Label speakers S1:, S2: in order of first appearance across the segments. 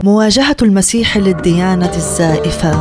S1: مواجهة المسيح للديانة الزائفة.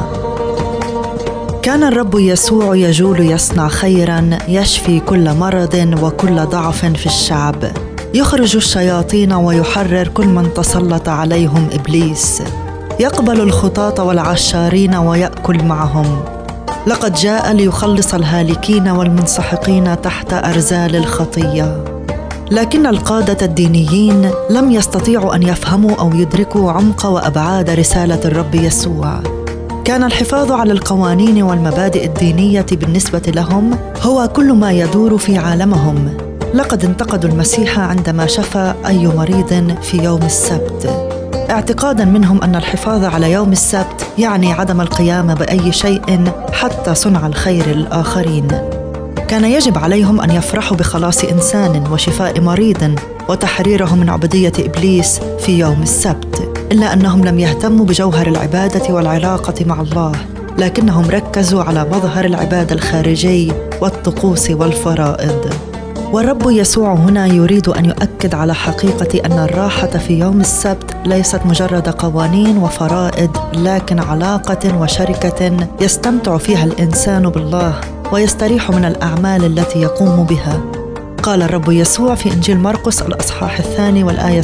S1: كان الرب يسوع يجول يصنع خيراً، يشفي كل مرض وكل ضعف في الشعب، يخرج الشياطين ويحرر كل من تسلط عليهم إبليس، يقبل الخطاة والعشارين ويأكل معهم. لقد جاء ليخلص الهالكين والمنسحقين تحت أرذال الخطية. لكن القادة الدينيين لم يستطيعوا أن يفهموا أو يدركوا عمق وأبعاد رسالة الرب يسوع. كان الحفاظ على القوانين والمبادئ الدينية بالنسبة لهم هو كل ما يدور في عالمهم. لقد انتقدوا المسيح عندما شفى أي مريض في يوم السبت، اعتقاداً منهم أن الحفاظ على يوم السبت يعني عدم القيام بأي شيء حتى صنع الخير للآخرين. كان يجب عليهم أن يفرحوا بخلاص إنسان وشفاء مريض وتحريره من عبودية إبليس في يوم السبت، إلا أنهم لم يهتموا بجوهر العبادة والعلاقة مع الله، لكنهم ركزوا على مظهر العبادة الخارجي والطقوس والفرائض. والرب يسوع هنا يريد أن يؤكد على حقيقة أن الراحة في يوم السبت ليست مجرد قوانين وفرائض، لكن علاقة وشركة يستمتع فيها الإنسان بالله ويستريح من الأعمال التي يقوم بها. قال الرب يسوع في إنجيل مرقس الأصحاح 2 والآية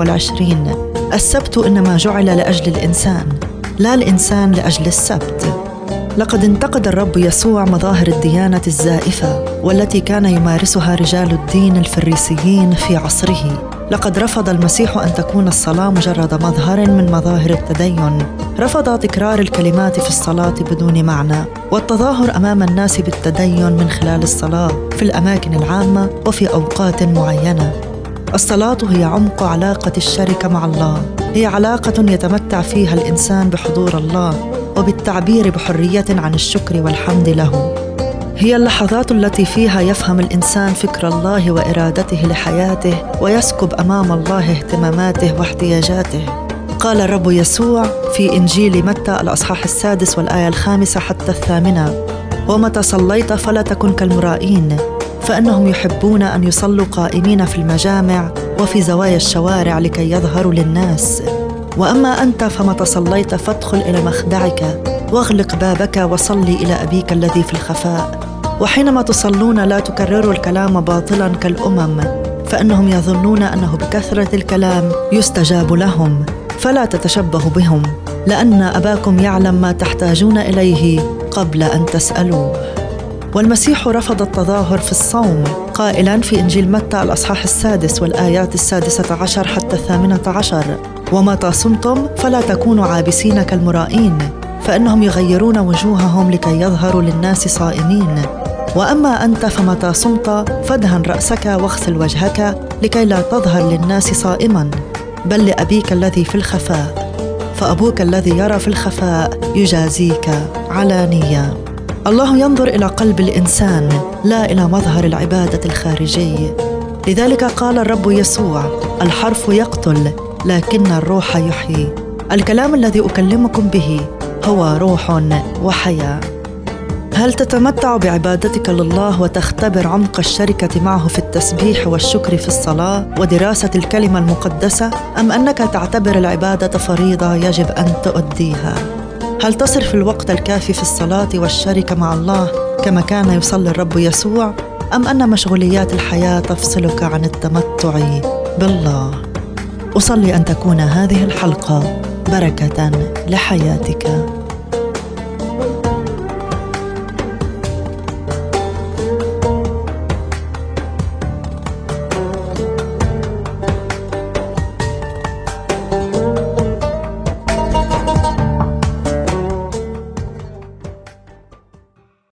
S1: 27: السبت إنما جعل لأجل الإنسان، لا الإنسان لأجل السبت. لقد انتقد الرب يسوع مظاهر الديانة الزائفة والتي كان يمارسها رجال الدين الفريسيين في عصره. لقد رفض المسيح أن تكون الصلاة مجرد مظهر من مظاهر التدين. رفض تكرار الكلمات في الصلاة بدون معنى والتظاهر أمام الناس بالتدين من خلال الصلاة في الأماكن العامة وفي أوقات معينة. الصلاة هي عمق علاقة الشركة مع الله، هي علاقة يتمتع فيها الإنسان بحضور الله وبالتعبير بحرية عن الشكر والحمد له. هي اللحظات التي فيها يفهم الإنسان فكر الله وإرادته لحياته ويسكب أمام الله اهتماماته واحتياجاته. قال الرب يسوع في إنجيل متى الأصحاح 6 والآية 5 حتى 8: ومتى صليت فلا تكن كالمرائين، فإنهم يحبون أن يصلوا قائمين في المجامع وفي زوايا الشوارع لكي يظهروا للناس. وأما أنت فمتى صليت فادخل إلى مخدعك واغلق بابك وصلي إلى أبيك الذي في الخفاء، وحينما تصلون لا تكرروا الكلام باطلاً كالأمم، فإنهم يظنون أنه بكثرة الكلام يستجاب لهم، فلا تتشبهوا بهم، لأن أباكم يعلم ما تحتاجون إليه قبل أن تسألوه. والمسيح رفض التظاهر في الصوم، قائلاً في إنجيل متى الأصحاح 6 والآيات 16 حتى 18: ومتى صمتم فلا تكونوا عابسين كالمرائين، فإنهم يغيرون وجوههم لكي يظهروا للناس صائمين. وأما أنت فمتى صمت فادهن رأسك واغسل وجهك لكي لا تظهر للناس صائما، بل لأبيك الذي في الخفاء، فأبوك الذي يرى في الخفاء يجازيك علانية. الله ينظر إلى قلب الإنسان لا إلى مظهر العبادة الخارجي. لذلك قال الرب يسوع: الحرف يقتل لكن الروح يحيي. الكلام الذي أكلمكم به هو روح وحياة. هل تتمتع بعبادتك لله وتختبر عمق الشركة معه في التسبيح والشكر في الصلاة ودراسة الكلمة المقدسة، أم أنك تعتبر العبادة فريضة يجب أن تؤديها؟ هل تصرف الوقت الكافي في الصلاة والشركة مع الله كما كان يصلي الرب يسوع، أم أن مشغوليات الحياة تفصلك عن التمتع بالله؟ أصلي أن تكون هذه الحلقة بركة لحياتك.